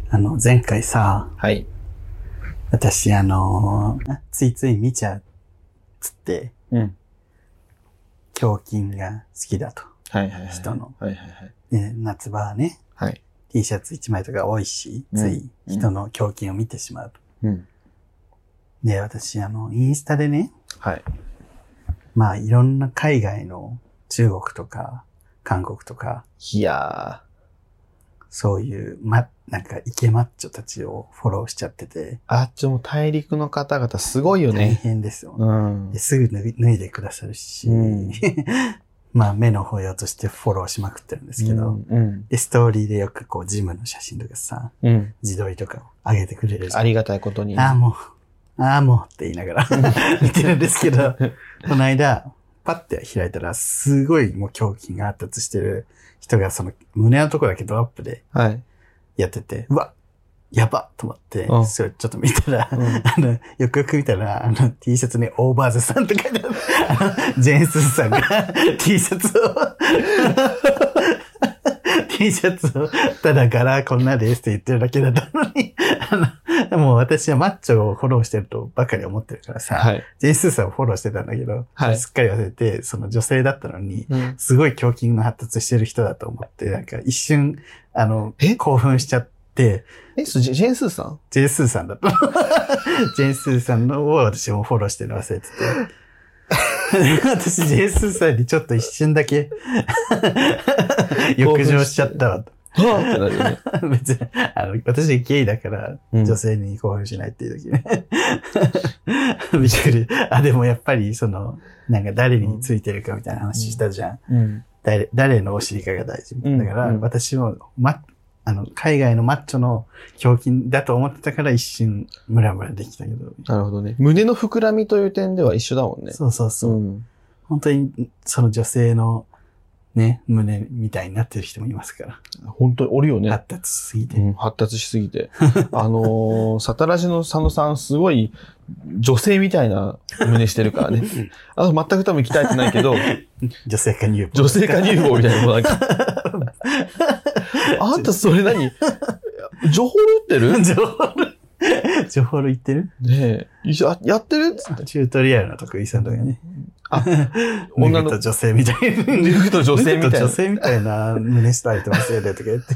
前回さ、 はい。 私ついつい見ちゃうっつって、 うん。 胸筋が好きだと。 はいはいはい。 人の。 はいはいはい。 で、夏場はね、 はい。 T シャツ1枚とか多いし、つい人の胸筋を見てしまうと。 うん。 で、私インスタでね、 はい。 まあいろんな海外の中国とか、韓国とか、 いやそういう、なんかイケマッチョたちをフォローしちゃってて。 あっちも大陸の方々すごいよね。 大変ですよ。 うん。 ですぐ脱いでくださるし、まあ目の保養としてフォローしまくってるんですけど、で、ストーリーでよくこうジムの写真とかさ、自撮りとかを上げてくれるじゃん。 ありがたいことに。 ああもうって言いながら見てるんですけど、この間、パッて開いたら、すごいもう胸筋が発達してる人がその胸のところだけドアップでやってて、うわやばっと思って、それちょっと見たら、よくよく見たら、T シャツにオーバーズさんとかで、ジェーンスーさんがT シャツを、T シャツを、ただ柄こんなですって言ってるだけだったのに、もう私はマッチョをフォローしてるとばかり思ってるからさ、ジェーンスーさんをフォローしてたんだけど、すっかり忘れて、その女性だったのに、すごい胸筋の発達してる人だと思って、なんか一瞬、興奮しちゃって、 ジェーンスーさん？ ジェーンスーさんだった。ジェーンスーさんのを私もフォローしてるの忘れてて。私、ジェーンスーさんにちょっと一瞬だけ、欲情しちゃったわと。 ってなるよね。 別に、私ゲイだから、女性に興奮しないっていう時ね。びっくり。でもやっぱり、なんか誰についてるかみたいな話したじゃん。誰のお尻かが大事。だから、私も、海外のマッチョの胸筋だと思ってたから一瞬ムラムラできたけど。 なるほどね。胸の膨らみという点では一緒だもんね。 そうそうそう。本当に、その女性のね、胸みたいになってる人もいますから。 本当におるよね。 発達しすぎて。 発達しすぎて。サタラジの佐野さんすごい女性みたいな胸してるからね。全く多分鍛えてないけど。 女性化乳房。 女性化乳房みたいなもんなんか。あんたそれ何ジョホルってる？ ジョホル言ってる？ ねえ。やってる？ チュートリアルの得意さんとかね。 女のと女性みたいな。 脱ぐと女性みたいな。 女性みたいな胸したれてますよねとか言って、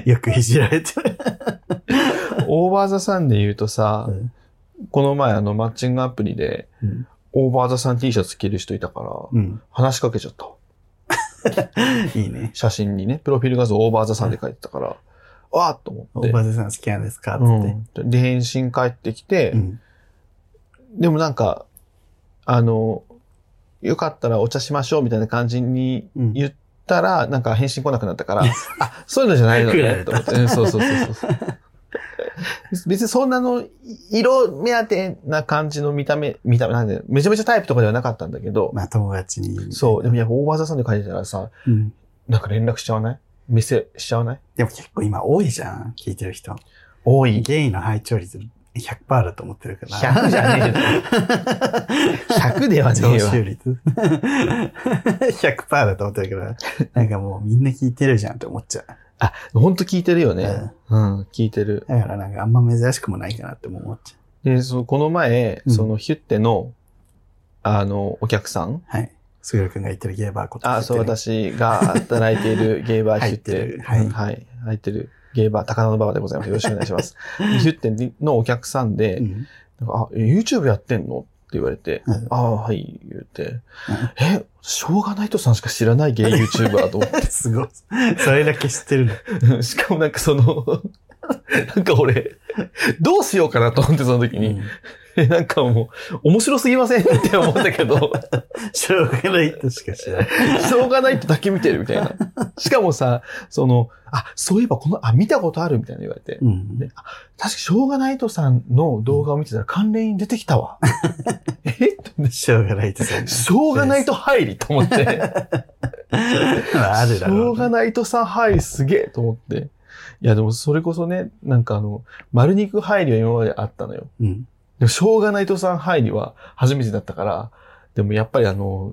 よくいじられてる。 オーバーザさんで言うとさ、この前マッチングアプリで、オーバーザさん T シャツ着る人いたから、話しかけちゃった。 いいね。 写真にね、プロフィール画像オーバーザさんで書いてたから、わーっと思って。 オーバーザさん好きなんですかつって。で、返信返ってきて、でもなんか、よかったらお茶しましょうみたいな感じに言ったら、なんか返信来なくなったから、そういうのじゃないのね、と思って。そう。別にそんな色目当てな感じの見た目なんで、めちゃめちゃタイプとかではなかったんだけど。 まあ友達に。 そう。でもやっぱオーバーザさんで書いてたらさ、なんか連絡しちゃわない？店しちゃわない？ でも結構今多いじゃん、聞いてる人。 多い。 ゲイの拝聴率 100% だと思ってるから。 100じゃねえよ。100ではねえよ。 聴取率 100% だと思ってるから、なんかもうみんな聞いてるじゃんって思っちゃう。 ほんと聞いてるよね。聞いてる。 だからなんかあんま珍しくもないかなって思っちゃう。で、この前、ヒュッテの、お客さん。 はい。すぐるくんが言ってるゲーバーこと。 そう、私が働いているゲーバーヒュッテ。はい。入ってるゲーバー、高野の馬場でございます。よろしくお願いします。ヒュッテのお客さんで、YouTube やってんのって言われて、はい、言って、しょうがないとさんしか知らないゲイ YouTuber と思って。 すごい。それだけ知ってるの。しかもなんかなんか俺、どうしようかなと思ってその時に、なんかもう、面白すぎませんって思ったけど、 しょうがないとしか知らない。 しょうがないとだけ見てるみたいな。しかもさ、そういえば見たことあるみたいな言われて。で確かしょうがないとさんの動画を見てたら関連に出てきたわ。 しょうがないとさん。 しょうがないと入りと思って。 あるだろう、 しょうがないとさん入りすげえと思って。いやでもそれこそね、なんか丸肉入りは今まであったのよ。でもしょうがないとさん入りは初めてだったから、でもやっぱり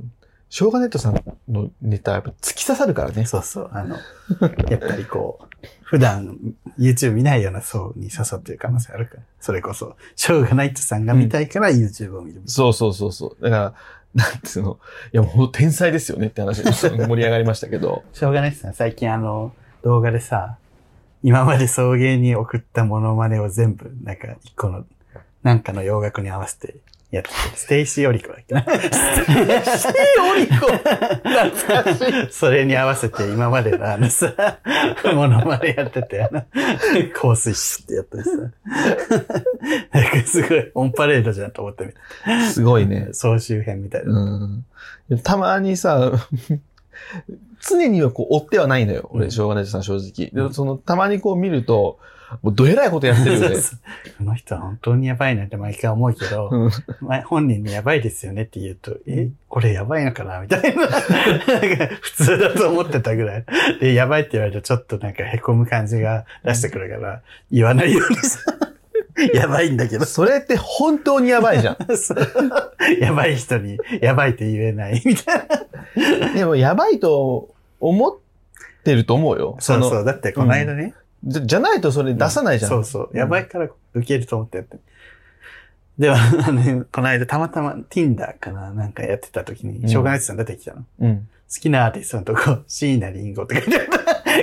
ショーガネットさんのネタはやっぱ突き刺さるからね。 そうそう。やっぱりこう、普段 YouTube 見ないような層に刺さってる可能性あるから。それこそ、ショーガナイトさんが見たいから YouTube を見る。 そうそうそうそう。だから、なんていうの、いやもう天才ですよねって話で盛り上がりましたけど。 ショーガナイトさん最近動画でさ、今まで送迎に送ったモノマネを全部、なんか一個の、なんかの洋楽に合わせてやってて、ステイシー・オリコだっけな。ステイシー・オリコ懐かしい。それに合わせて今までのさ、モノマネやってて、香水シュってやったりさ。なんかすごい、オンパレードじゃんと思ってみた。 すごいね。 総集編みたいな。 たまにさ、常にはこう追ってはないのよ。俺、ショーガネットさん正直。でたまにこう見ると、もうどえらいことやってるよね。 この人は本当にやばいなって毎回思うけど、本人にやばいですよねって言うと、これやばいのかなみたいな。普通だと思ってたぐらい。で、やばいって言われるとちょっとなんか凹む感じが出してくるから、言わないようにさ。やばいんだけど。 それって本当にやばいじゃん。 やばい人に、やばいって言えないみたいな。でも、やばいと思ってると思うよ。 そうそう。だってこの間ね。 じゃないとそれ出さないじゃん。 そうそう。やばいから受けると思ってやって。では、この間たまたま Tinder かななんかやってた時に、ショーガナイトさん出てきたの。好きなアーティストのとこ、椎名林檎って書いてあった。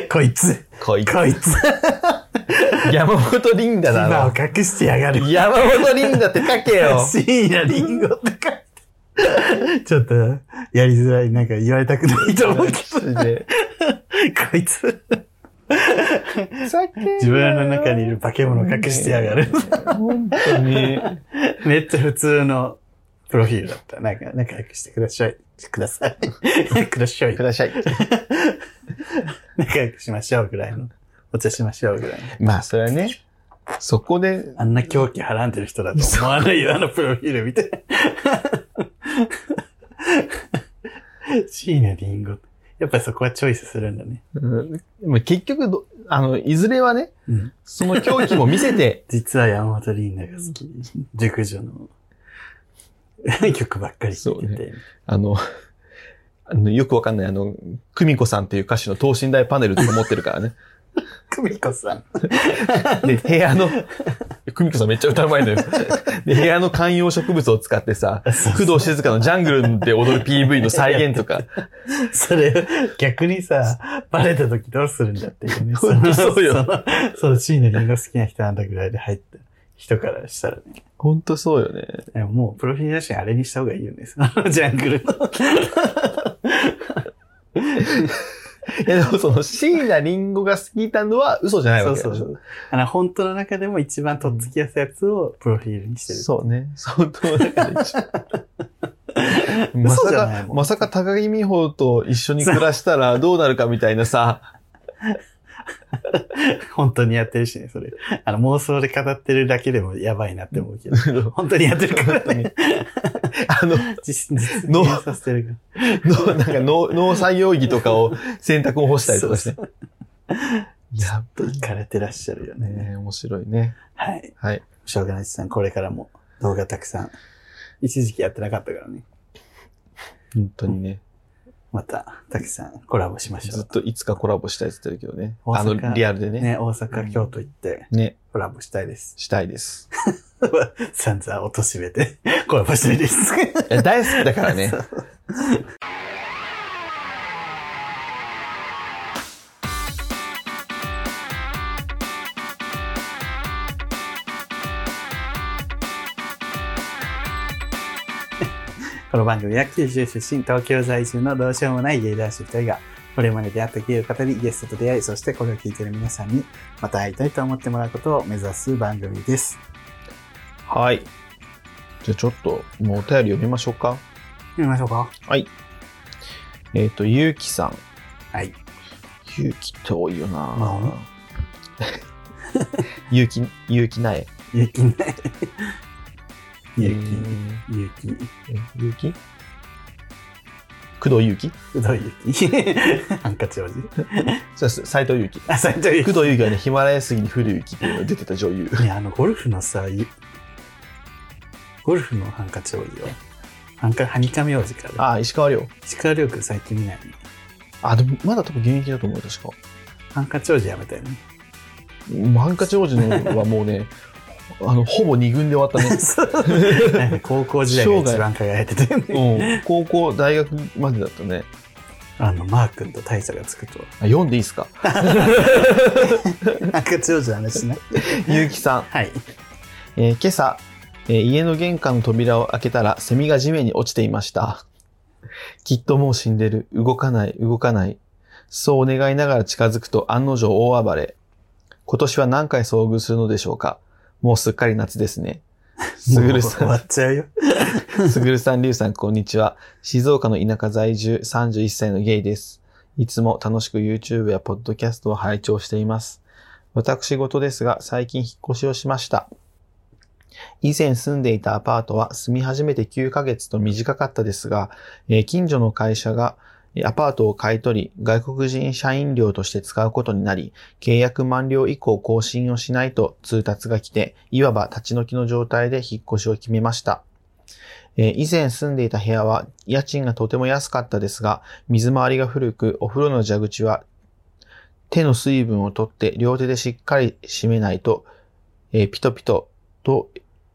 こいつ。 山本リンダだろ。 今を隠してやがる。 山本リンダって書けよ。 椎名林檎って書いて。ちょっと、やりづらい、なんか言われたくないと思うけど。こいつ。自分の中にいる化け物を隠してやがる。 本当に。 めっちゃ普通のプロフィールだった。なんか仲良くしてください。ください。仲良くしましょうぐらいの。お茶しましょうぐらいの。 まあ、それはね。そこで。 あんな狂気はらんでる人だと思わないよ、プロフィール見て。椎名林檎。やっぱりそこはチョイスするんだね。 結局いずれはね、その狂気も見せて。 実は山本リンダが好き。熟女の曲ばっかり聴いてて。 よくわかんない久美子さんっていう歌手の等身大パネルとか持ってるからね。 久美子さん。 で、部屋の、久美子さんめっちゃ歌うまいのよ。で、部屋の観葉植物を使ってさ、工藤静香のジャングルで踊る PV の再現とか。 それ、逆にさ、バレた時どうするんだっていうね。 そうよ。 そう、椎名林檎好きな人なんだぐらいで入った人からしたらね。 ほんとそうよね。 でももう、プロフィール写真あれにした方がいいよね。ジャングルの。 いやでも椎名林檎が好きなのは嘘じゃないわけでしょ。 そう。本当の中でも一番とっつきやすいやつをプロフィールにしてる。 そうね。本当の中で一番。まさか高木美帆と一緒に暮らしたらどうなるかみたいなさ。 本当にやってるしね、それ。妄想で語ってるだけでもやばいなって思うけど。本当にやってるからね。実現させてるから。なんか農作業着とかを洗濯を干したりとかして。 やっと行かれてらっしゃるよね。 面白いね。 はい。 はい。 ショーガナイトさん、これからも動画たくさん。一時期やってなかったからね。 本当にね。 また、たくさんコラボしましょう。 ずっといつかコラボしたいって言ってるけどね。リアルでね。 ね、大阪、京都行って、ね。コラボしたいです。 したいです。 散々落としめて、コラボしたいです。 大好きだからね。 この番組は九州出身、東京在住のどうしようもないゲイ男子2人が、これまで出会ったゲイを語り、ゲストと出会い、そしてこれを聞いている皆さんに、また会いたいと思ってもらうことを目指す番組です。 はい。じゃあちょっと、もうお便り読みましょうか。 読みましょうか。 はい。ゆうきさん。 はい。 ゆうきって多いよなゆうきなえ。 ゆうきなえ。ゆうき工藤祐樹ハンカチ王子。 斉藤祐樹。 斉藤祐樹。 工藤祐樹はね、ヒマラヤ杉に降る雪っていうのが出てた女優。 ね、ゴルフのさ、ゴルフのハンカチ王子よ。 ハニカミ王子から。 あ、石川遼君最近見ないね。 あ、でもまだ多分現役だと思う、確か。 ハンカチ王子やめたよね。 ハンカチ王子のはもうね、ほぼ2軍で終わったね。 高校時代が一番輝いてたよね。 高校、大学までだったね。 マー君と大差がつくと。 読んでいいですか？ ハンカチ王子の話ね。 ゆうきさん。 はい。 今朝、家の玄関の扉を開けたらセミが地面に落ちていました。きっともう死んでる。動かない。そう願いながら近づくと案の定大暴れ。今年は何回遭遇するのでしょうか？もうすっかり夏ですね。すぐるさん。 終わっちゃうよ。 すぐるさん、りゅうさん、こんにちは。静岡の田舎在住31歳のゲイです。いつも楽しく YouTube や Podcast を拝聴しています。私事ですが、最近引っ越しをしました。以前住んでいたアパートは住み始めて9ヶ月と短かったですが、近所の会社がアパートを買い取り、外国人社員寮として使うことになり、契約満了以降更新をしないと通達が来て、いわば立ち退きの状態で引っ越しを決めました。以前住んでいた部屋は家賃がとても安かったですが、水回りが古く、お風呂の蛇口は手の水分を取って両手でしっかり閉めないと、ピトピトと、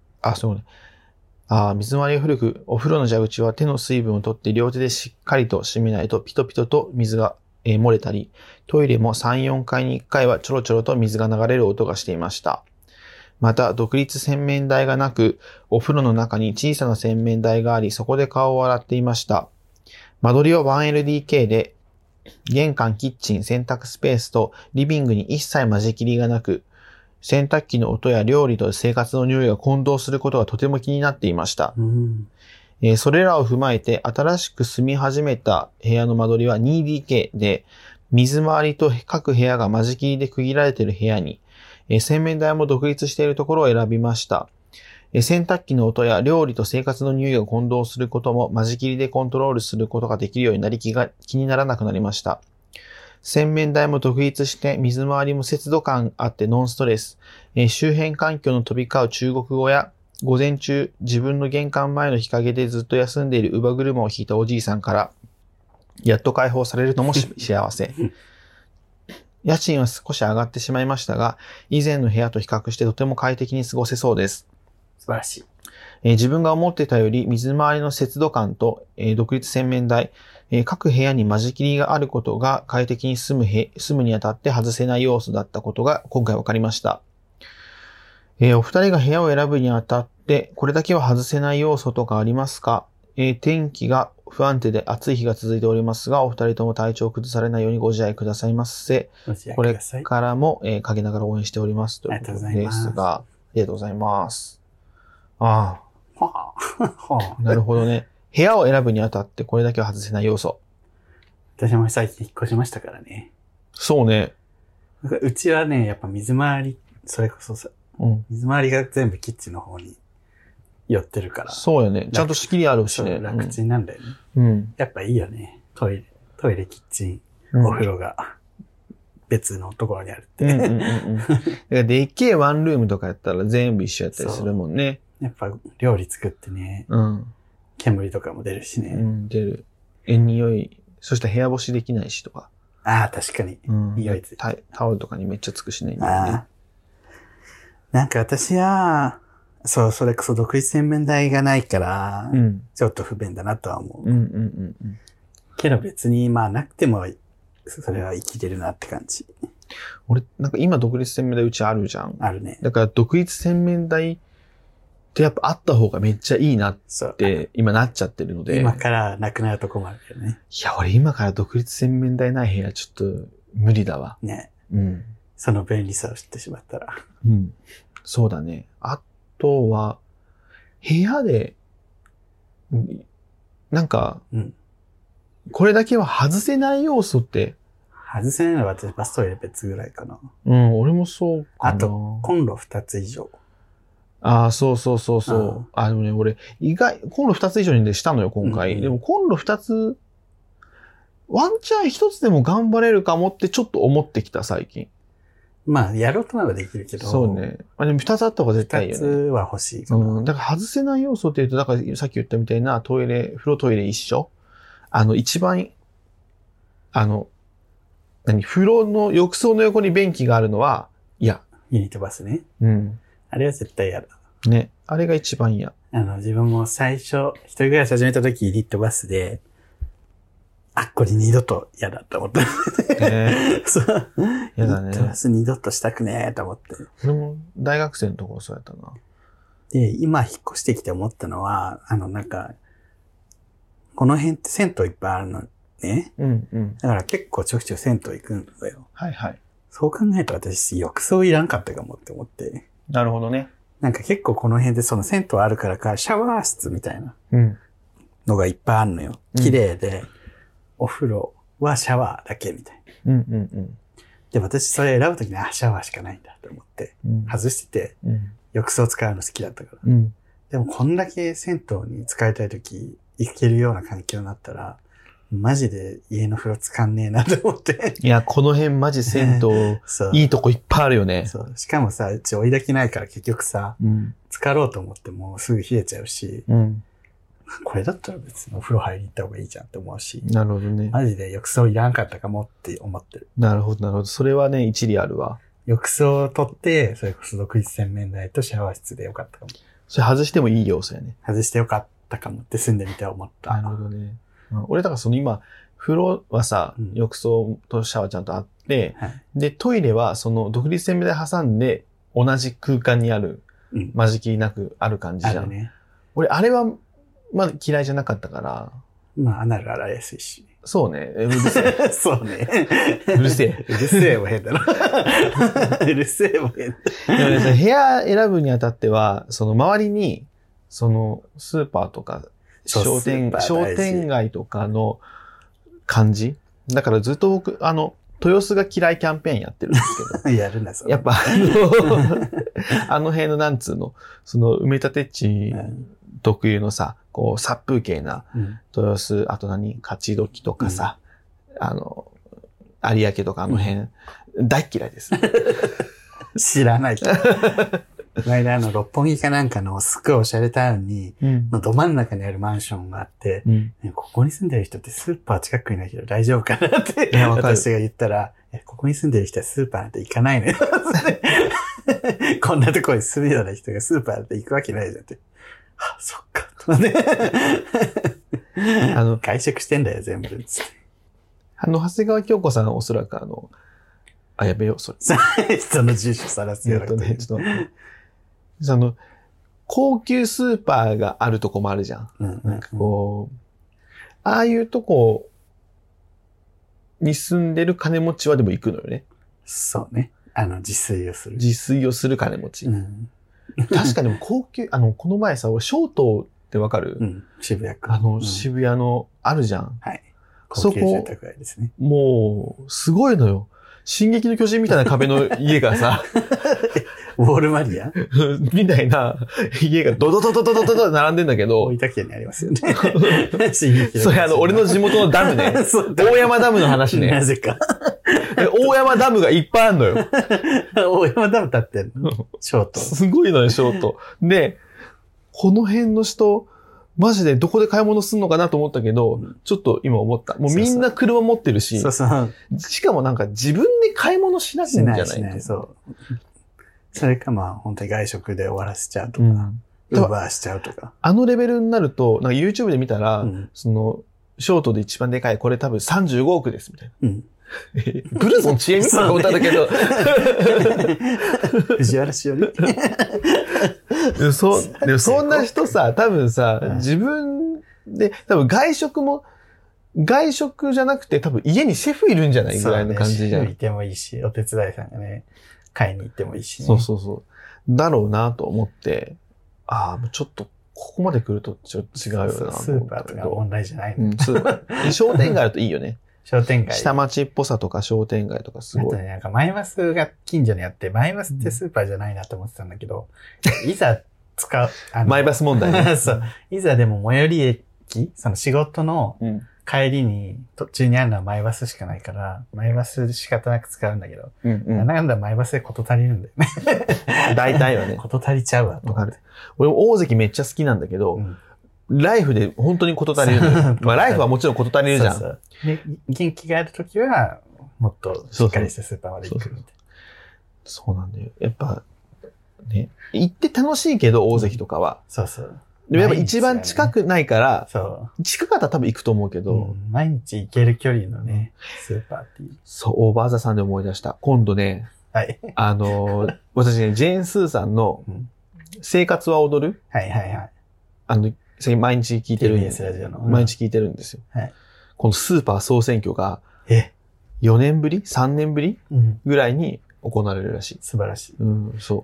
水回りが古く、お風呂の蛇口は手の水分を取って両手でしっかりと閉めないとピトピトと水が漏れたり、トイレも3、4回に1回はちょろちょろと水が流れる音がしていました。また、独立洗面台がなく、お風呂の中に小さな洗面台があり、そこで顔を洗っていました。間取りは 1LDK で、玄関、キッチン、洗濯スペースとリビングに一切間仕切りがなく、洗濯機の音や料理と生活の匂いが混同することがとても気になっていました。それらを踏まえて新しく住み始めた部屋の間取りは 2DK で、水回りと各部屋が間仕切りで区切られている部屋に、洗面台も独立しているところを選びました。洗濯機の音や料理と生活の匂いが混同することも間仕切りでコントロールすることができるようになり気にならなくなりました。洗面台も独立して水回りも節度感あってノンストレス。周辺環境の飛び交う中国語や午前中自分の玄関前の日陰でずっと休んでいる乳母車を引いたおじいさんからやっと解放されるのも幸せ。家賃は少し上がってしまいましたが、以前の部屋と比較してとても快適に過ごせそうです。 素晴らしい。自分が思っていたより水回りの節度感と、独立洗面台、各部屋に間仕切りがあることが快適に住むにあたって外せない要素だったことが今回分かりました。お二人が部屋を選ぶにあたってこれだけは外せない要素とかありますか？天気が不安定で暑い日が続いておりますが、お二人とも体調を崩されないようにご自愛くださいませ。これからも、陰ながら応援しておりますということですが、ありがとうございます。ああ。なるほどね。部屋を選ぶにあたってこれだけは外せない要素。 私も最近引っ越しましたからね。 そうね。 うちはね、やっぱ水回り、それこそさ、水回りが全部キッチンの方に寄ってるから。 そうよね。ちゃんと仕切りあるしね。 楽ちんなんだよね。 うん。 やっぱいいよね。トイレ、キッチン、お風呂が別のところにあるって。 だからでっけえワンルームとかやったら全部一緒やったりするもんね。 やっぱ料理作ってね。煙とかも出るしね。 出る。匂い。そして部屋干しできないしとか。 ああ、確かに。匂いついて。 タオルとかにめっちゃつくしね。 なんか私は、そう、それこそ独立洗面台がないから、ちょっと不便だなとは思う。けど別にまあなくても、それは生きれるなって感じ。 俺、なんか今独立洗面台うちあるじゃん。 あるね。 だから独立洗面台ってやっぱあった方がめっちゃいいなって今なっちゃってるので。 今からなくなるとこもあるけどね。 いや、俺今から独立洗面台ない部屋ちょっと無理だわ。 ね。その便利さを知ってしまったら。 そうだね。あとは、部屋で、なんか、これだけは外せない要素って。 外せないのは私バストイレ別ぐらいかな。 俺もそうかな。 あと、コンロ2つ以上。 ああ、そう。でもね、俺、コンロ2つ以上にしたのよ、今回。でもコンロ2つ、ワンチャン1つでも頑張れるかもってちょっと思ってきた、最近。 まあ、やろうとならできるけど。 そうね。まあでも2つあった方が絶対いいよね。 2つは欲しいかな。 うん。だから外せない要素って言うと、だからさっき言ったみたいな風呂トイレ一緒。一番、風呂の浴槽の横に便器があるのは嫌。 ユニットバスね。 うん。 あれは絶対嫌だ。 ね。あれが一番嫌。 自分も最初、一人暮らし始めた時ユニットバスで、これ二度と嫌だと思った。そう。 嫌だね。 ユニットバス二度としたくねえと思って。 俺も大学生のところそうやったな。 で、今引っ越してきて思ったのは、この辺って銭湯いっぱいあるのね。 うんうん。 だから結構ちょくちょく銭湯行くんだよ。 はいはい。 そう考えたら私浴槽いらんかったかもって思って。 なるほどね。 なんか結構この辺でその銭湯あるからか、シャワー室みたいなのがいっぱいあるのよ。綺麗で、お風呂はシャワーだけみたいな。うんうんうん。 で、私それ選ぶときに、シャワーしかないんだと思って、外してて、浴槽使うの好きだったから。でもこんだけ銭湯に使いたいとき、行けるような環境になったら、マジで家の風呂使んねえなと思って。 いや、この辺マジ銭湯、いいとこいっぱいあるよね。 そう。しかもさ、うち追い焚きないから結局さ、浸かろうと思ってもすぐ冷えちゃうし、これだったら別にお風呂入りに行った方がいいじゃんって思うし。 なるほどね。 マジで浴槽いらんかったかもって思ってる。 なるほど、なるほど。それはね、一理あるわ。 浴槽を取って、それこそ独立洗面台とシャワー室でよかったかも。 それ外してもいい要素やね。 外してよかったかもって住んでみて思った。 なるほどね。俺だから今、風呂はさ、浴槽とシャワーちゃんとあって、で、トイレは独立洗面台挟んで同じ空間にある、間仕切りなくある感じじゃん。ね、俺、あれは、まだ嫌いじゃなかったから。 まあ、アナル洗いやすいし。 そうね。うるせえ。 そうね。 うるせえ。 うるせえも変だろ。うるせえも変だ。 でもね、部屋選ぶにあたっては、周りに、スーパーとか、商店街とかの感じ。だからずっと僕、豊洲が嫌いキャンペーンやってるんですけど。 やるんだ、それ。 やっぱあの辺のなんつうの、埋め立て地特有のさ、殺風景な、豊洲、あと勝どきとかさ、有明とかあの辺、大嫌いです。 知らないけど。この間六本木かなんかのすっごいおしゃれタウンに、ど真ん中にあるマンションがあって、ここに住んでる人ってスーパー近くにないけど大丈夫かなって私が言ったら、ここに住んでる人はスーパーなんて行かないのよ。こんなところに住むような人がスーパーなんて行くわけないじゃんって。そっか。外食してんだよ、全部。 長谷川京子さんおそらくやべよ、それ。人の住所さらすようなことね。ちょっと高級スーパーがあるとこもあるじゃん。なんかああいうとこに住んでる金持ちはでも行くのよね。 そうね。自炊をする。 自炊をする金持ち。確かに高級、この前さ、俺、小東ってわかる？ 渋谷区。 渋谷の、あるじゃん。 はい。高級住宅街ですね。 もう、すごいのよ。進撃の巨人みたいな壁の家がさ、 ウォールマリアみたいな家がドドドドドドドド並んでんだけど。 大分県にありますよね。進撃のそれ俺の地元のダムね。大山ダムの話ね。 なぜか。 大山ダムがいっぱいあるのよ。 大山ダム建ってんのショート。 すごいのよ、ショート。で、この辺の人、マジでどこで買い物するのかなと思ったけど、ちょっと今思った。もうみんな車持ってるし、しかもなんか自分で買い物しなきゃいけないんじゃない？ そう。それか本当に外食で終わらせちゃうとか、ウーバーしちゃうとか。 レベルになると、なんか YouTube で見たら、ショートで一番でかい、これ多分35億ですみたいな。ブルゾン知恵みたいな歌だけど。 藤原しおりでもそんな人さ、多分さ、自分で、多分外食じゃなくて多分家にシェフいるんじゃないぐらいの感じじゃん。 シェフいてもいいし、お手伝いさんがね、買いに行ってもいいしね。 そう。だろうなと思って、ちょっと、ここまで来るとちょっと違うよな。 スーパーとか問題じゃないの。 商店街だといいよね。 商店街。 下町っぽさとか商店街とかすごい。 あとね、なんかマイマスが近所にあって、マイマスってスーパーじゃないなと思ってたんだけど、いざマイバス問題ね。 そう。いざでも最寄り駅、仕事の帰りに途中にあるのはマイバスしかないから、マイバス仕方なく使うんだけど、なんだマイバスで事足りるんだよね。 大体はね。 事足りちゃうわ。 わかる。俺も大関めっちゃ好きなんだけど、ライフで本当に事足りる。まあライフはもちろん事足りるじゃん。そうで元気があるときは、もっとしっかりしてスーパーまで行くみたいな。 そうなんだよ。やっぱ、ね。行って楽しいけど、大関とかは。 そうそう。 でもやっぱ一番近くないから、 そう。 近かったら多分行くと思うけど、 毎日行ける距離のね、スーパーっていう。 そう、オーバーザさんで思い出した。今度ね、 はい。 私ね、ジェーン・スーさんの、生活は踊る、 はいはいはい。 毎日聞いてるんです。毎日聞いてるんですよ。 はい。 このスーパー総選挙が、4年ぶり ?3 年ぶりぐらいに行われるらしい。 素晴らしい。 そう。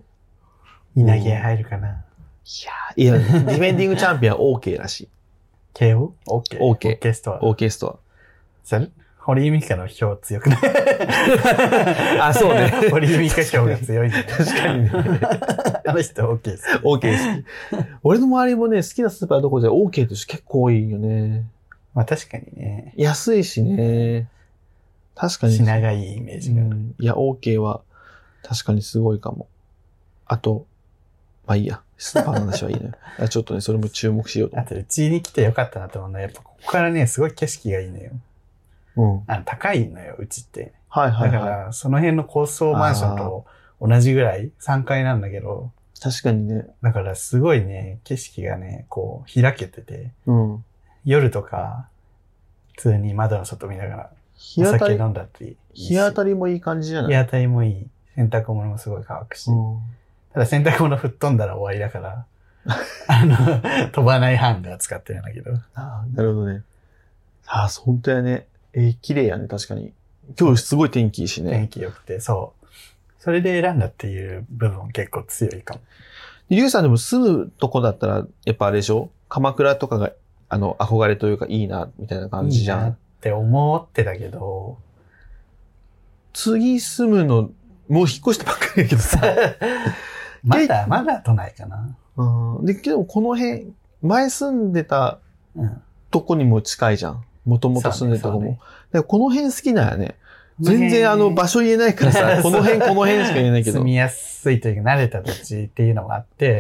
稲毛入るかな。 いや、ディフェンディングチャンピオンは OK らしい。 KO？ OK。 OK ストア。 OK ストア。 それ堀井美香の票強くない？ あ、そうね。 堀井美香票が強いんだよ。 確かにね。 あの人 OK です。 OK 好き。俺の周りもね、好きなスーパーどころじゃ OK って人結構多いよね。 まあ確かにね。 安いしね。確かに。 品がいいイメージが。 いや、OK は確かにすごいかも。あと、まあいいや。スーパーの話はいいのよ。ちょっとね、それも注目しようと。 あと、うちに来てよかったなと思うのは、やっぱここからね、すごい景色がいいのよ。高いのよ、うちって。 はいはいはい。 だから、その辺の高層マンションと同じぐらい、3階なんだけど。 確かにね。 だからすごいね、景色がね、こう、開けてて。夜とか、普通に窓の外見ながら、お酒飲んだっていい。 日当たりもいい感じじゃない？ 日当たりもいい。洗濯物もすごい乾くし。ただ洗濯物吹っ飛んだら終わりだから、飛ばないハンガー使ってるんだけど。 なるほどね。本当やね。綺麗やね、確かに。今日すごい天気いいしね。 天気良くて、そう。それで選んだっていう部分結構強いかも。 リュウさんでも住むとこだったら、やっぱあれでしょ？鎌倉とかが、憧れというかいいな、みたいな感じじゃん。 いいなって思ってたけど、 次住むの、もう引っ越してばっかりやけどさ。 まだ都内かな。 けどこの辺、前住んでたとこにも近いじゃん。もともと住んでたとこも。でこの辺好きだよね。全然場所言えないからさ、この辺しか言えないけど。 住みやすいというか慣れた土地っていうのがあって、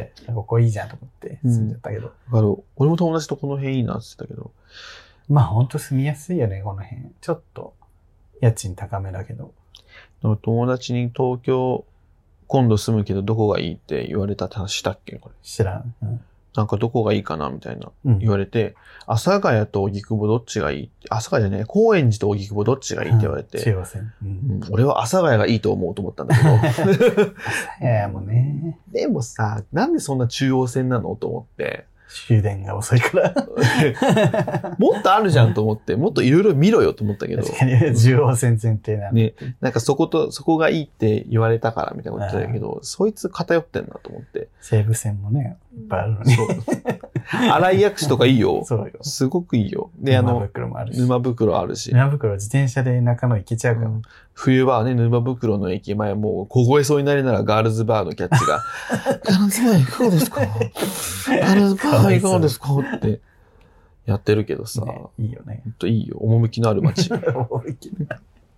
ここいいじゃんと思って住んでたけど。 俺も友達とこの辺いいなって言ってたけど。 まあほんと住みやすいよね、この辺。ちょっと、家賃高めだけど。 友達に東京、今度住むけどどこがいいって言われたって話したっけこれ。 知らん。 なんかどこがいいかなみたいな。言われて、阿佐ヶ谷と荻窪どっちがいい？阿佐ヶ谷じゃねえ、高円寺と荻窪どっちがいいって言われて。 中央線。 俺は阿佐ヶ谷がいいと思うと思ったんだけど。 阿佐ヶ谷もね。 でもさ、なんでそんな中央線なのと思って。 終電が遅いから。 もっとあるじゃんと思って、もっといろいろ見ろよと思ったけど。 確かに、中央線前提なんね。なんかそこがいいって言われたからみたいなこと言ってたけど、そいつ偏ってんなと思って。 西武線もね、いっぱいあるのに。 そう。新井薬師とかいいよ。 そうよ。 すごくいいよ。で、 沼袋もあるし。 沼袋あるし。 沼袋自転車で中野行けちゃうから。 冬場はね、沼袋の駅前もう凍えそうになりながらガールズバーのキャッチが、ガールズバーいかがですか？ガールズバーいかがですかってやってるけどさ。 ね、いいよね。 ほんといいよ。趣のある街。 趣の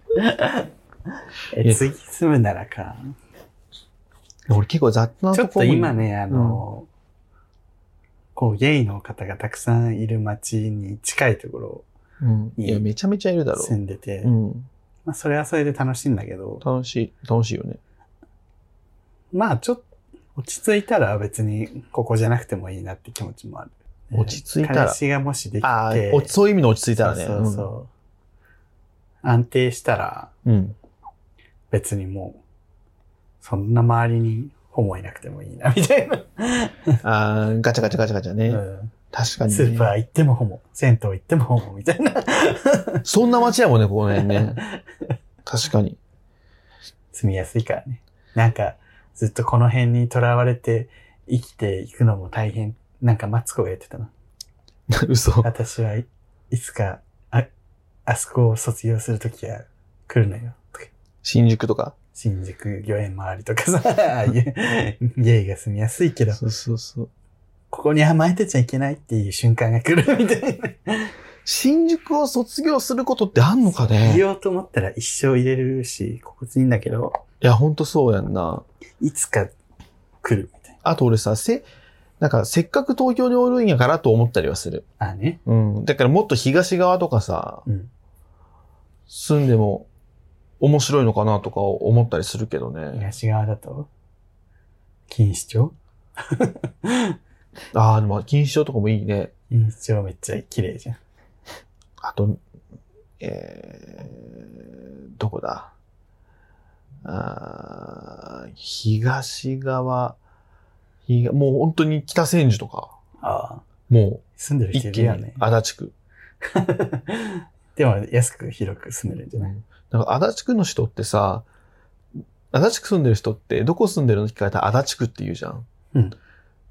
次住むならか。 俺結構雑なとこちょっと今ね、こうゲイの方がたくさんいる街に近いところいや、めちゃめちゃいるだろう。 住んでて。まあ、それはそれで楽しいんだけど。 楽しいよね。 まあ、ちょっと、落ち着いたら別にここじゃなくてもいいなって気持ちもある。 落ち着いたら。 彼氏がもしできて。 そういう意味の落ち着いたらね。 そう。安定したら、別にもう、そんな周りにホモいなくてもいいな、みたいな。 ガチャガチャね。確かに、ね。 スーパー行ってもホモ。銭湯行ってもホモみたいな。 そんな街やもんね、この辺ね。確かに。 住みやすいからね。なんか、ずっとこの辺に囚われて生きていくのも大変。なんかマツコが言ってたな。 嘘。 私はいつか、あそこを卒業するときは来るのよ。 新宿とか新宿御苑周りとかさ、ああいうゲイが住みやすいけど。 そう。 ここに甘えてちゃいけないっていう瞬間が来るみたいな。 新宿を卒業することってあんのかね。 入れようと思ったら一生入れるし、心地いいんだけど。 いや、ほんとそうやんな。 いつか来るみたいな。 あと俺さ、なんかせっかく東京におるんやからと思ったりはする。 あね。 うん。だからもっと東側とかさ、住んでも面白いのかなとか思ったりするけどね。 東側だと錦糸町ああ、でも錦糸町とかもいいね。 錦糸町めっちゃ綺麗じゃん。 あと、どこだ東側、もう本当に北千住とか。 ああ。 もう、 住んでる人いるよね。 足立区。 でも安く広く住んでるんじゃない？ なんか足立区の人ってさ、足立区住んでる人ってどこ住んでるのって聞かれたら足立区って言うじゃん。うん。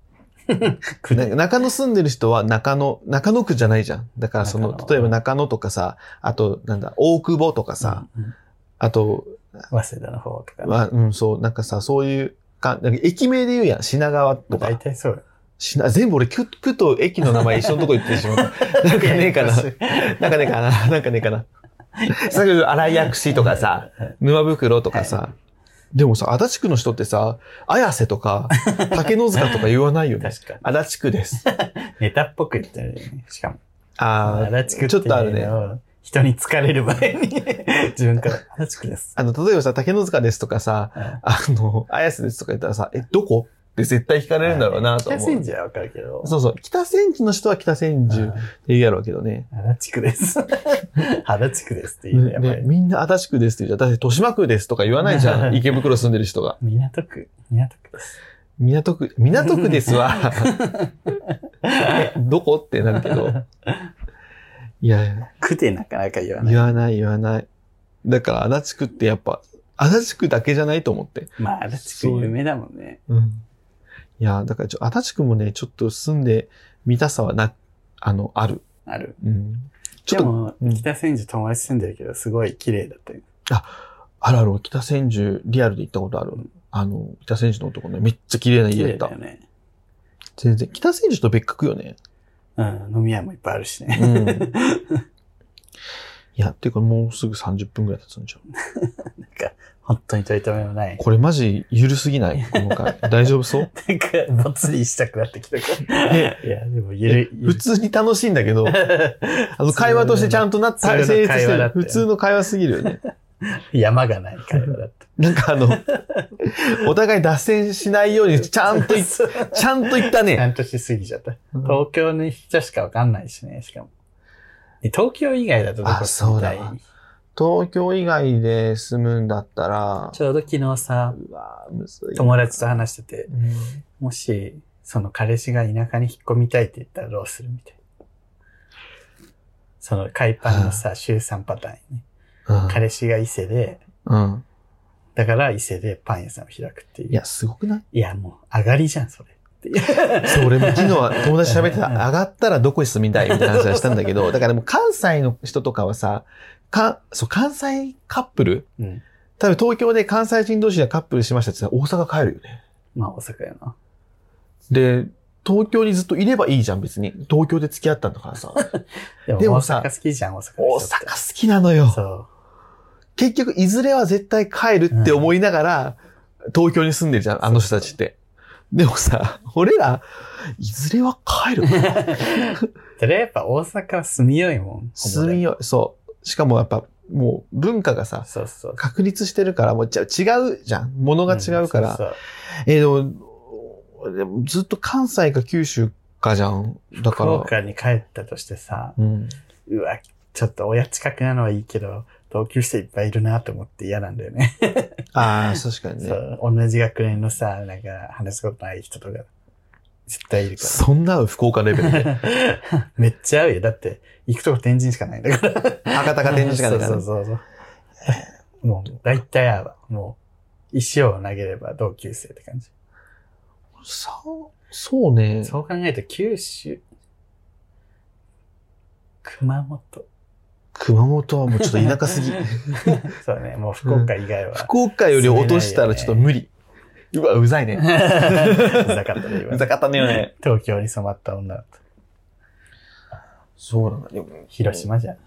中野住んでる人は中野区じゃないじゃん。だから例えば中野とかさ、あと大久保とかさ、あと、 早稲田の方とか、 ね。そう、なんかさ、そういうなんか駅名で言うやん。品川とか。 大体そうよ。 全部俺、区と駅の名前一緒のとこ行ってしまった。なんかねえかな。なんかねえかな。さっき荒井薬師とかさ、沼袋とかさ、はい、でもさ、足立区の人ってさ、綾瀬とか、竹の塚とか言わないよね。確かに。足立区です。 ネタっぽく言ってるよね。しかも。 足立区ってちょっとあるね。 人に疲れる前に自分から足立区です。 例えばさ、竹の塚ですとかさ、綾瀬ですとか言ったらさ、どこって絶対聞かれるんだろうなと思う。 北千住はわかるけど。 そう。北千住の人は北千住って言うやろうけどね。 足立区です。足立区ですって言うね、やっぱり。 みんな足立区ですって言うじゃん。だって豊島区ですとか言わないじゃん。池袋住んでる人が。 港区です。 港区ですわ。どこってなるけど。いや。 区でなかなか言わない。 言わない。だから足立区ってやっぱ、足立区だけじゃないと思って。 まあ、足立区有名だもんね。 うん。いや、だから足立区もね、ちょっと住んでみたさはある。 ある。 うん。 でも、北千住友達住んでるけど、すごい綺麗だったよ。 ある。北千住、リアルで行ったことある。北千住の男ね、めっちゃ綺麗な家だった。綺麗だよね。全然、北千住と別格よね。 うん、飲み屋もいっぱいあるしね。 うん。いや、っていうかもうすぐ30分くらい経つんじゃん。 なんか、本当に取り留めもない。 これマジ、ゆるすぎないこの回。大丈夫そうなんか、ぼつりしたくなってきたから。いや、でも普通に楽しいんだけど、会話としてちゃんと成立してる。普通の会話すぎるよね。 山がない会話だった。 なんかお互い脱線しないようにちゃんと言ったね。 ちゃんとしすぎちゃった。東京の人しかわかんないしね、しかも。東京以外だとどこ住みたい？ 東京以外で住むんだったら、 ちょうど昨日さ、友達と話してて、もし、その彼氏が田舎に引っ込みたいって言ったらどうするみたいな。その海パンのさ、週3パターンね。彼氏が伊勢で、だから伊勢でパン屋さんを開くっていう。 いや、すごくない？ いや、もう上がりじゃん、それ。 そう、俺も昨日は友達喋ってた。上がったらどこに住みたいみたいな話はしたんだけど、だからもう関西の人とかはさ、関西カップル、多分東京で関西人同士でカップルしましたって言ったら大阪帰るよね。 まあ大阪やな。 で、東京にずっといればいいじゃん、別に。東京で付き合ったんだからさ。 でもさ、大阪好きじゃん、大阪。 大阪好きなのよ。そう。結局、いずれは絶対帰るって思いながら、東京に住んでるじゃん、あの人たちって。でもさ、俺ら、いずれは帰る。 それやっぱ大阪は住みよいもん。 住みよい。そう。しかもやっぱ、もう文化がさ、確立してるから、もう違うじゃん。ものが違うから。でもずっと関西か九州かじゃん。だから。 福岡に帰ったとしてさ、うわ、ちょっと親近くなのはいいけど、同級生いっぱいいるなと思って嫌なんだよね。 ああ、確かにね。 そう、同じ学年のさ、なんか話すことない人とか、絶対いるから。 そんな福岡レベルで。 めっちゃ合うよ。だって、行くとこ天神しかないんだから。 博多か天神しかないから。 そう。もう、大体合うわ。もう、石を投げれば同級生って感じ。 そうね。 そう考えると九州、熊本はもうちょっと田舎すぎ。 そうね、もう福岡以外は、 福岡より落としたらちょっと無理。うわ、うざいね。 うざかったね、 うざかったねよね。 東京に染まった女だった。 そうなんだ。 広島じゃん。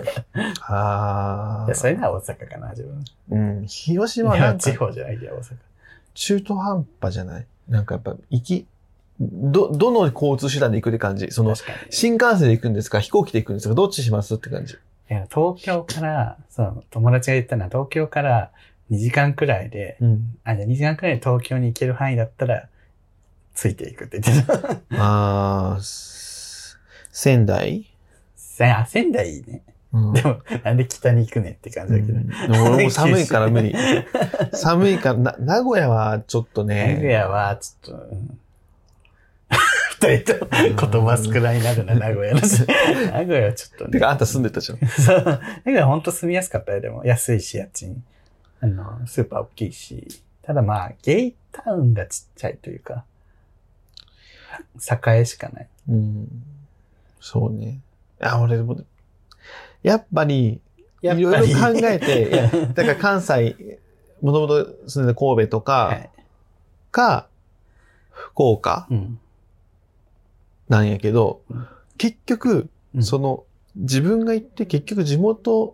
ああ。 いや、それなら大阪かな、自分。 うん。広島はなんか。 地方じゃないけど、大阪。 中途半端じゃない？なんかやっぱ、どの交通手段で行くって感じ？新幹線で行くんですか？飛行機で行くんですか？どっちしますって感じ？いや、東京から、友達が言ったのは東京から2時間くらいで、じゃあ2時間くらいで東京に行ける範囲だったら、ついていくって言ってた。 ああ、仙台いいね。でも、なんで北に行くねって感じだけど。 俺も寒いから無理。寒いから、名古屋はちょっとね。 名古屋はちょっと、二人と言葉少ないなるな、名古屋の。名古屋はちょっとね。 てか、あんた住んでたじゃん。 そう。名古屋ほんと住みやすかったよ、でも。安いし、家賃。スーパー大きいし。ただまあ、ゲイタウンがちっちゃいというか、栄しかない。 そうね。俺でも、やっぱり、いろいろ考えて、だから関西、もともと住んで神戸とか、福岡、なんやけど、結局、自分が行って結局地元、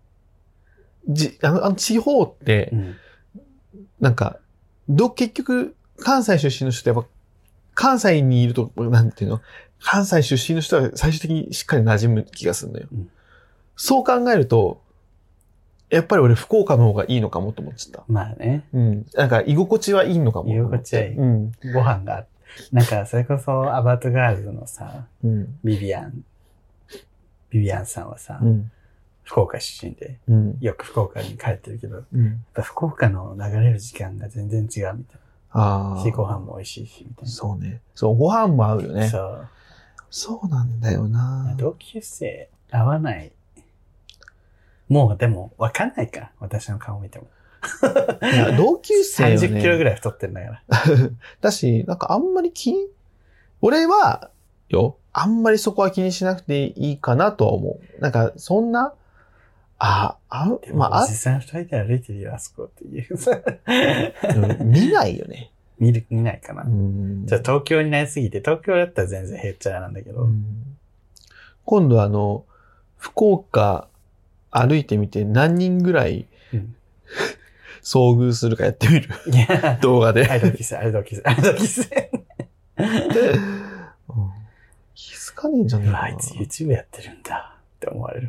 地方って、なんか、結局、関西出身の人ってやっぱ、関西にいると、なんていうの？関西出身の人は最終的にしっかり馴染む気がするのよ。そう考えると、やっぱり俺福岡の方がいいのかもと思っちゃった。 まあね。 なんか居心地はいいのかも。 居心地はいい。ご飯が、なんかそれこそアバウトガールズのさ、ビビアンさんはさ、福岡出身で、よく福岡に帰ってるけど、やっぱ福岡の流れる時間が全然違うみたいな。ご飯も美味しいし、みたいな。 そうね。そう、ご飯も合うよね。 そう。 そうなんだよな。 同級生、合わない。もう、でも、わかんないか。私の顔見ても。 いや、同級生はね。 30キロぐらい太ってんだから。 だし、なんかあんまり俺は、あんまりそこは気にしなくていいかなとは思う。なんか、そんな、 でもおじさん二人で歩いてるよ、あそこっていう。 見ないよね。 見ないかな。じゃあ東京になりすぎて、東京だったら全然へっちゃらなんだけど。 今度福岡歩いてみて何人ぐらい、遭遇するかやってみる。動画で。 あれドキス。 気づかねえんじゃねえかな。 あいつ YouTube やってるんだって思われる。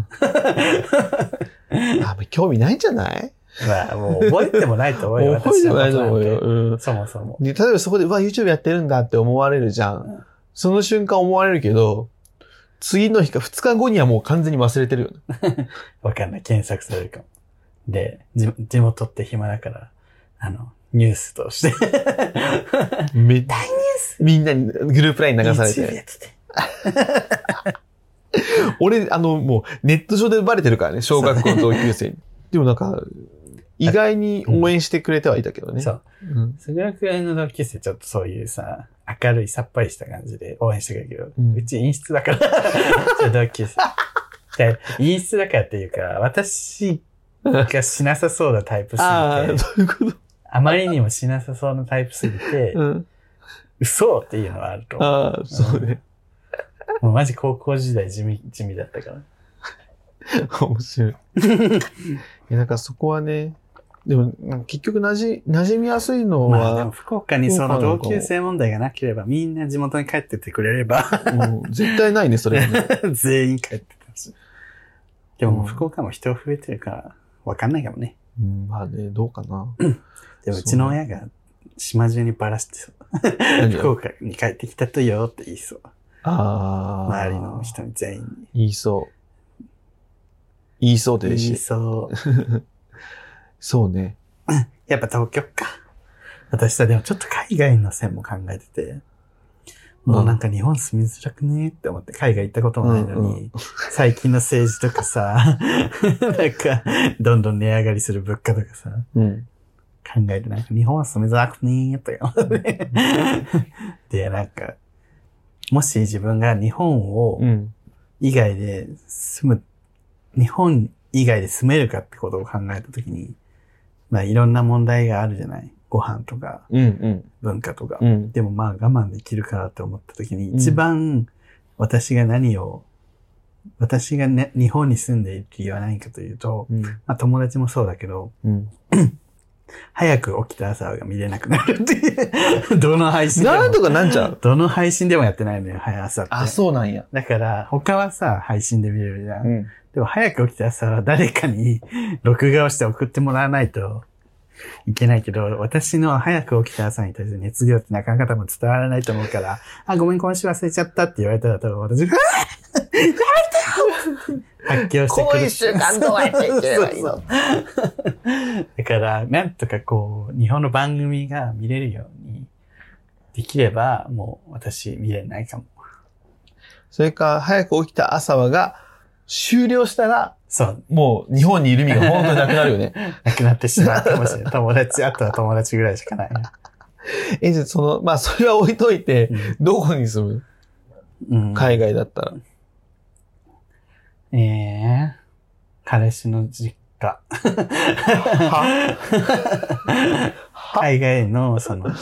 興味ないんじゃない？ まあ、もう覚えてもないと思うよ。 覚えてもないと思うよ。 そもそも。 例えばそこで、YouTube やってるんだって思われるじゃん。その瞬間思われるけど、次の日か2日後にはもう完全に忘れてるよね。 わかんない。検索されるかも。で、地元って暇だから、ニュースとして。大ニュースみんなにグループライン流されて。 YouTube やってて。 俺、もうネット上でバレてるからね、小学校の同級生に。でもなんか、意外に応援してくれてはいたけどね。 そう。すぐらくらいの同級生ちょっとそういうさ、明るいさっぱりした感じで応援してくれるけど、うち陰湿だから。同級生。陰湿だからっていうか、私がしなさそうなタイプすぎて。 そういうこと。 あまりにもしなさそうなタイプすぎて、嘘っていうのはあると思う。 そうね。 もうマジ高校時代地味だったから。 面白い。なんかそこはね、でも結局馴染みやすいのは、 まあでも福岡にその同級生問題がなければみんな地元に帰ってってくれれば絶対ないね、それはね。 全員帰ってたし。でも福岡も人増えてるからわかんないかもね。 まあね、どうかな。 でもうちの親が島中にばらしてそう。福岡に帰ってきたとよって言いそう。周りの人に全員に。 言いそうで嬉しい。 言いそう。 そうね。 やっぱ東京か。私さ、でもちょっと海外の線も考えてて、もうなんか日本住みづらくねって思って海外行ったこともないのに、最近の政治とかさ、なんか、どんどん値上がりする物価とかさ、考えてなんか日本は住みづらくねって思って。で、なんか、もし自分が日本を以外で日本以外で住めるかってことを考えたときに、まあいろんな問題があるじゃない。ご飯とか、文化とか。でもまあ我慢できるからって思ったときに、一番私が何を私がね、日本に住んでいる理由は何かというと、まあ友達もそうだけど、早く起きた朝が見れなくなるっていう。どの配信でも。 なんとかなんちゃう。 どの配信でもやってないのよ、早朝って。 あ、そうなんや。 だから、他はさ、配信で見れるじゃん。でも早く起きた朝は誰かに録画をして送ってもらわないといけないけど、私の早く起きた朝に対する熱量ってなかなか多分伝わらないと思うから、あ、ごめん今週忘れちゃったって言われたら多分私、やめてよ発狂してくる。 この一週間どうやっていけばいいのだから、なんとかこう、日本の番組が見れるようにできれば、もう私見れないかも。 それか、早く起きた朝はが終了したら、 そう。 もう日本にいる意味が本当になくなるよね。 なくなってしまうかもしれない。友達、あとは友達ぐらいしかない。 じゃあまあそれは置いといて、どこに住む、海外だったら。 彼氏の実家。海外の、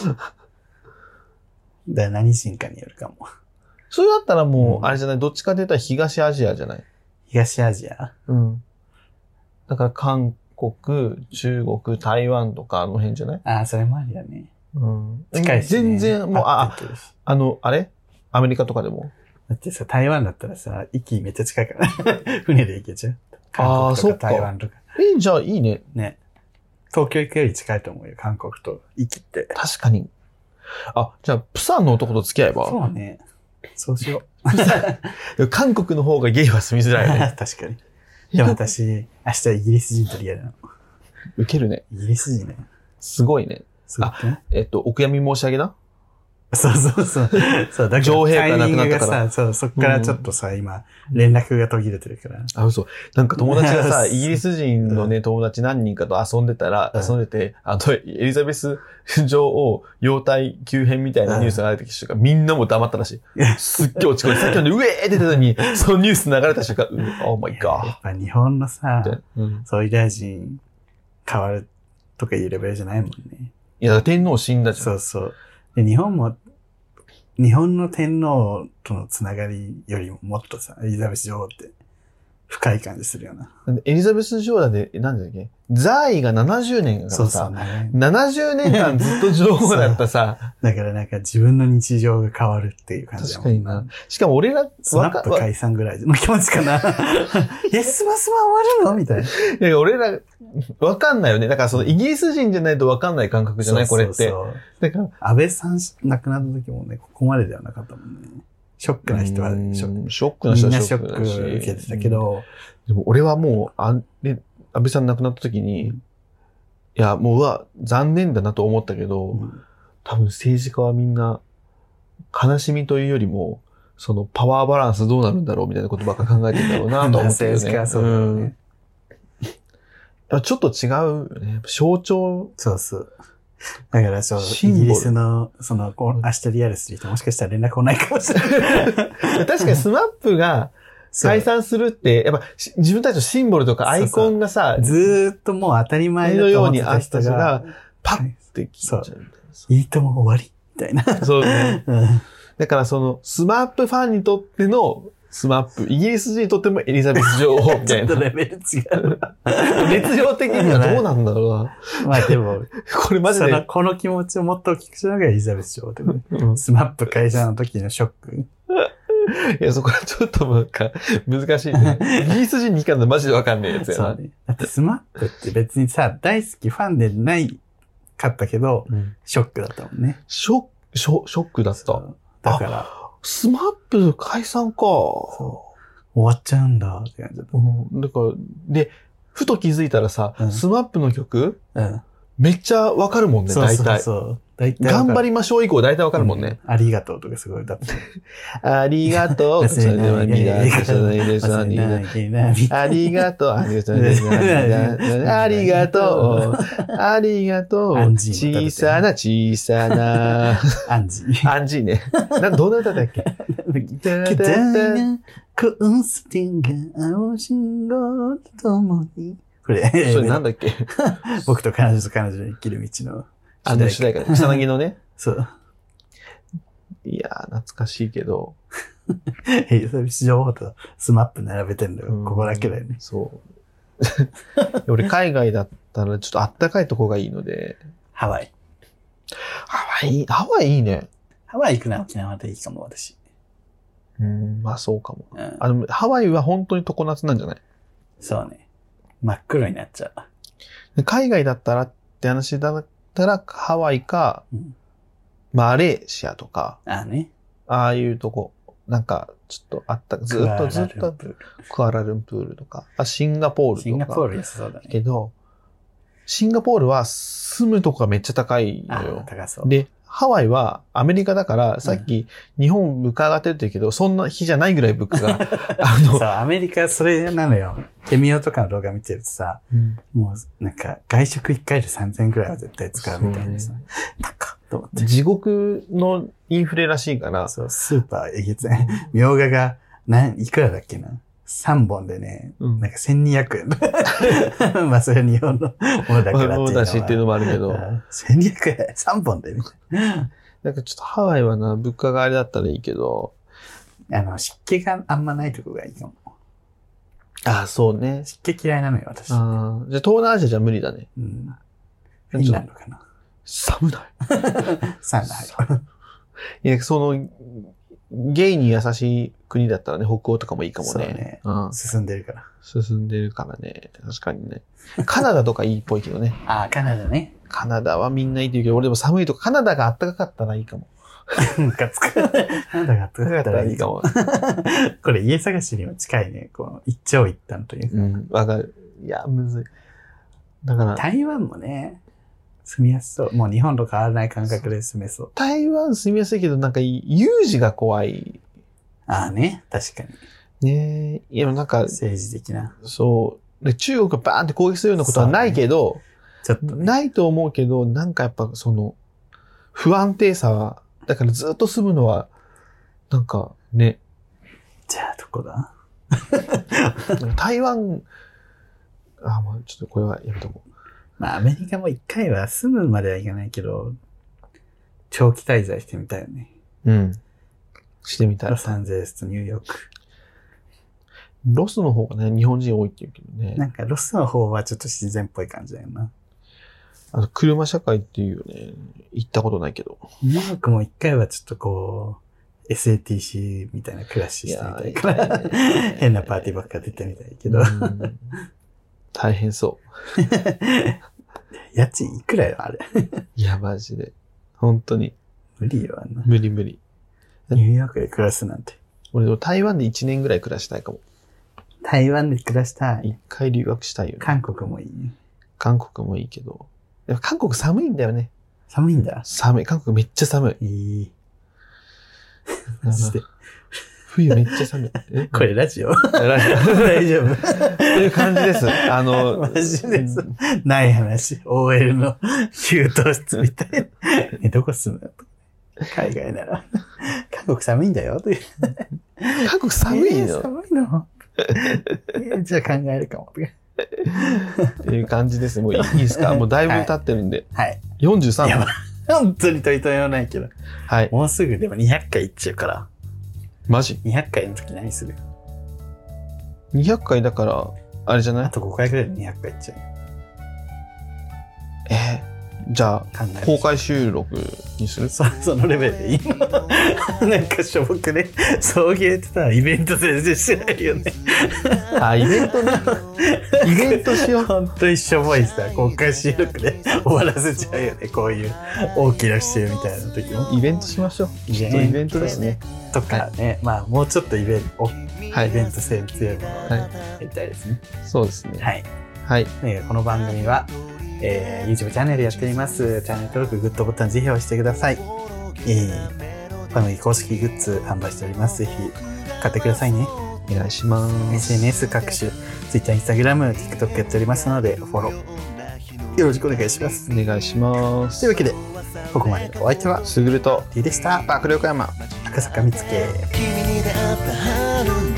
何人かによるかも。 それだったらもう、あれじゃない、どっちかって言ったら東アジアじゃない？ 東アジア？ だから韓国、中国、台湾とかあの辺じゃない？ ああ、それもありだね。 近いし、ね。全然、もう、あれアメリカとかでも。 だってさ、台湾だったらさ、駅めっちゃ近いから。船で行けちゃう。 ああ、そうか。 台湾とか。 じゃあいいね。 ね。東京行くより近いと思うよ、韓国と駅って。 確かに。じゃあ、プサンの男と付き合えば？ そうね。そうしよう。韓国の方がゲイは住みづらいね。 確かに。でも私、明日イギリス人とリアルなの。 ウケるね。 イギリス人ね。 すごいね。お悔やみ申し上げな。 そうそうそう。そう、だから女王陛下亡くなったから。 そう、そっからちょっとさ、今、連絡が途切れてるから。 あ、嘘。なんか友達がさ、イギリス人のね、友達何人かと遊んでて、エリザベス女王、容体急変みたいなニュースが流れてきた瞬間、みんなも黙ったらしい。すっげえ落ち込んで、さっきまでウェーって出たのに、そのニュース流れた瞬間、Oh my god。 やっぱ日本のさ、総理大臣変わるとかいうレベルじゃないもんね。 いや、天皇死んだじゃん。 そうそう。で、日本の天皇とのつながりよりももっとさ、エリザベス女王って深い感じするよな。 エリザベス女王だって、なんだっけ在位が70年からさ、70年間ずっと女王だったさ。 だからなんか自分の日常が変わるっていう感じだもんな。 確かにな。しかも俺ら、 スナップ解散ぐらいの気持ちかな。スマスマ終わるのみたいな。 いや、俺ら、わかんないよね。だからイギリス人じゃないとわかんない感覚じゃないこれって。そう。 だから、安倍さん亡くなった時もね、ここまでではなかったもんね。ショックな人はショックな人はみんなショック受けてたけど。 でも俺はもう、安倍さん亡くなった時に、いや、もう残念だなと思ったけど、多分政治家はみんな、悲しみというよりも、パワーバランスどうなるんだろうみたいなことばっか考えてるんだろうなと思ってるよね。 政治家はそうだよね。 ちょっと違うよね。象徴。 そうそう。だからイギリスの、明日リアルする人もしかしたら連絡来ないかもしれない。 確かにスマップが解散するって、やっぱ自分たちのシンボルとかアイコンがさ、 ずーっともう当たり前のようにあった人が、 パッて聞いちゃうみたいな。 いいとも終わりみたいな。 そうね。だからスマップファンにとってのスマップ、イギリス人にとってもエリザベス女王みたいな。 ちょっとレベル違う。 熱量的にはどうなんだろうな。 まあでも、 これマジで。 この気持ちをもっと大きくしたのがエリザベス女王でも、スマップ解散の時のショック。 いや、そこはちょっとなんか、難しいね。イギリス人に聞かんのマジでわかんねえやつやな。 そうね。だってスマップって別にさ、大好きファンでないかったけど、ショックだったもんね。 ショックだった。 だから、 スマップ解散か。 そう。終わっちゃうんだって感じだった。 だから、で、ふと気づいたらさ、スマップの曲、めっちゃわかるもんね、大体。そう。頑張りましょう以降大体わかるもんね。 ありがとうとかすごいだって。 ありがとう。それではみがじゃないでしょ。ありがとう。ありがとう。ありがとう。小さな。アンジーね。どんな歌だっけ？コンスティンが青信号と共に。 これ。 それなんだっけ？ 僕と彼女と彼女の生きる道の。 主題歌。草薙のね。 そう。 いやー、懐かしいけど。 エリザベス女王とスマップ並べてんだよ。ここだけだよね。 そう。俺海外だったらちょっとあったかいとこがいいので。 ハワイ。 ハワイいいね。 ハワイ行くな、沖縄でいいかも、私。 まあそうかも。ハワイは本当に常夏なんじゃない？ そうね。真っ黒になっちゃう。 海外だったらって話だったら、ハワイか、マレーシアとか。 ああいうとこ。なんか、ちょっとあった、ずっと、クアラルンプールとか、シンガポールとか。 シンガポール安そうだね。 けど、シンガポールは住むとこがめっちゃ高いのよ。 高そう。 で、ハワイはアメリカだから、さっき日本物価上がってるって言うけど、そんな日じゃないぐらい物価が。 そう、アメリカそれなのよ。ケミオとかの動画見てるとさ、もうなんか外食1回で3000円くらいは絶対使うみたいなさ。高っと思って。 地獄のインフレらしいから。 そう、スーパーえげつない。みょうがが、いくらだっけな。3本でね、なんか1200円。まあそれは日本のものだからっていうのだしっていうのもあるけど。 1200円 ?3 本でね。 なんかちょっとハワイはな、物価があれだったらいいけど。 湿気があんまないとこがいいかも。 ああ、そうね。 湿気嫌いなのよ、私。 じゃあ東南アジアじゃ無理だね。 フィンランドかな。 寒ない。 寒い。 いや、ゲイに優しい国だったらね、北欧とかもいいかもね。 そうね。進んでるから。 進んでるからね。確かにね。カナダとかいいっぽいけどね。 カナダね。 カナダはみんないいって言うけど、俺でも寒いとか、カナダが暖かかったらいいかも。 カナダが暖かかったらいいかも。これ家探しにも近いね。一長一短という。 わかる。いや、むずい。だから。 台湾もね、住みやすそう。もう日本と変わらない感覚で住めそう。 台湾住みやすいけど、なんか有事が怖い。 ね。確かに。ねえ。いや、なんか。 政治的な。 そう。で、中国がバーンって攻撃するようなことはないけど、 ちょっと、 ないと思うけど、なんかやっぱ不安定さは、だからずっと住むのは、なんかね。 じゃあどこだ台湾、もうちょっとこれはやめとこう。 まあアメリカも一回は住むまではいかないけど、長期滞在してみたいよね。 してみたい。 ロサンゼルスとニューヨーク。 ロスの方がね、日本人多いって言うけどね。 なんかロスの方はちょっと自然っぽい感じだよな。 車社会っていうよね。行ったことないけど。 ニューヨークも一回はちょっとSATC みたいな暮らししてみたいから、変なパーティーばっか出てみたいけど。 大変そう。 家賃いくらよ、あれ。 いや、マジで。本当に。 無理よ、あんな。 無理。ニューヨークで暮らすなんて。 俺でも台湾で1年ぐらい暮らしたいかも。 台湾で暮らしたい。 一回留学したいよね。 韓国もいいね。 韓国もいいけど。でも韓国寒いんだよね。 寒いんだ。 寒い。韓国めっちゃ寒い。マジで。冬めっちゃ寒い。 これラジオ大丈夫という感じです。 マジです。ない話。OL の給湯室みたいな。どこ住むの海外なら。韓国寒いんだよ。 韓国寒いの、 寒いのじゃあ考えるかも。 っていう感じです。もういいですか？もうだいぶ経ってるんで。 はい。 43分。 本当にとりとめもないけど。 はい。 もうすぐでも200回いっちゃうから。 マジ ?200 回の時何する ?200 回だから、あれじゃない？ あと5回くらいで200回いっちゃう。 じゃあ、公開収録にする？ そのレベルでいいのなんかしょぼくね。送迎ってさ、イベント全然しないよね。 イベントね。イベントしよう。 ほんとにしょぼいさ、公開収録で終わらせちゃうよね。こういう大きな姿勢みたいな時も。 イベントしましょう。イベントですね。 とかね、まあもうちょっとイベント性強いものをやりたいですね。 そうですね。 はい。 はい。 この番組は、YouTube チャンネルやっております。チャンネル登録、グッドボタンぜひ押してください。番組公式グッズ販売しております。ぜひ買ってくださいね。 お願いします。 SNS 各種、Twitter、Instagram、TikTok やっておりますので、フォローよろしくお願いします。 お願いします。 というわけで、ここまでのお相手は、 すぐると T でした。 爆力山、 赤坂見附。 君に出会った春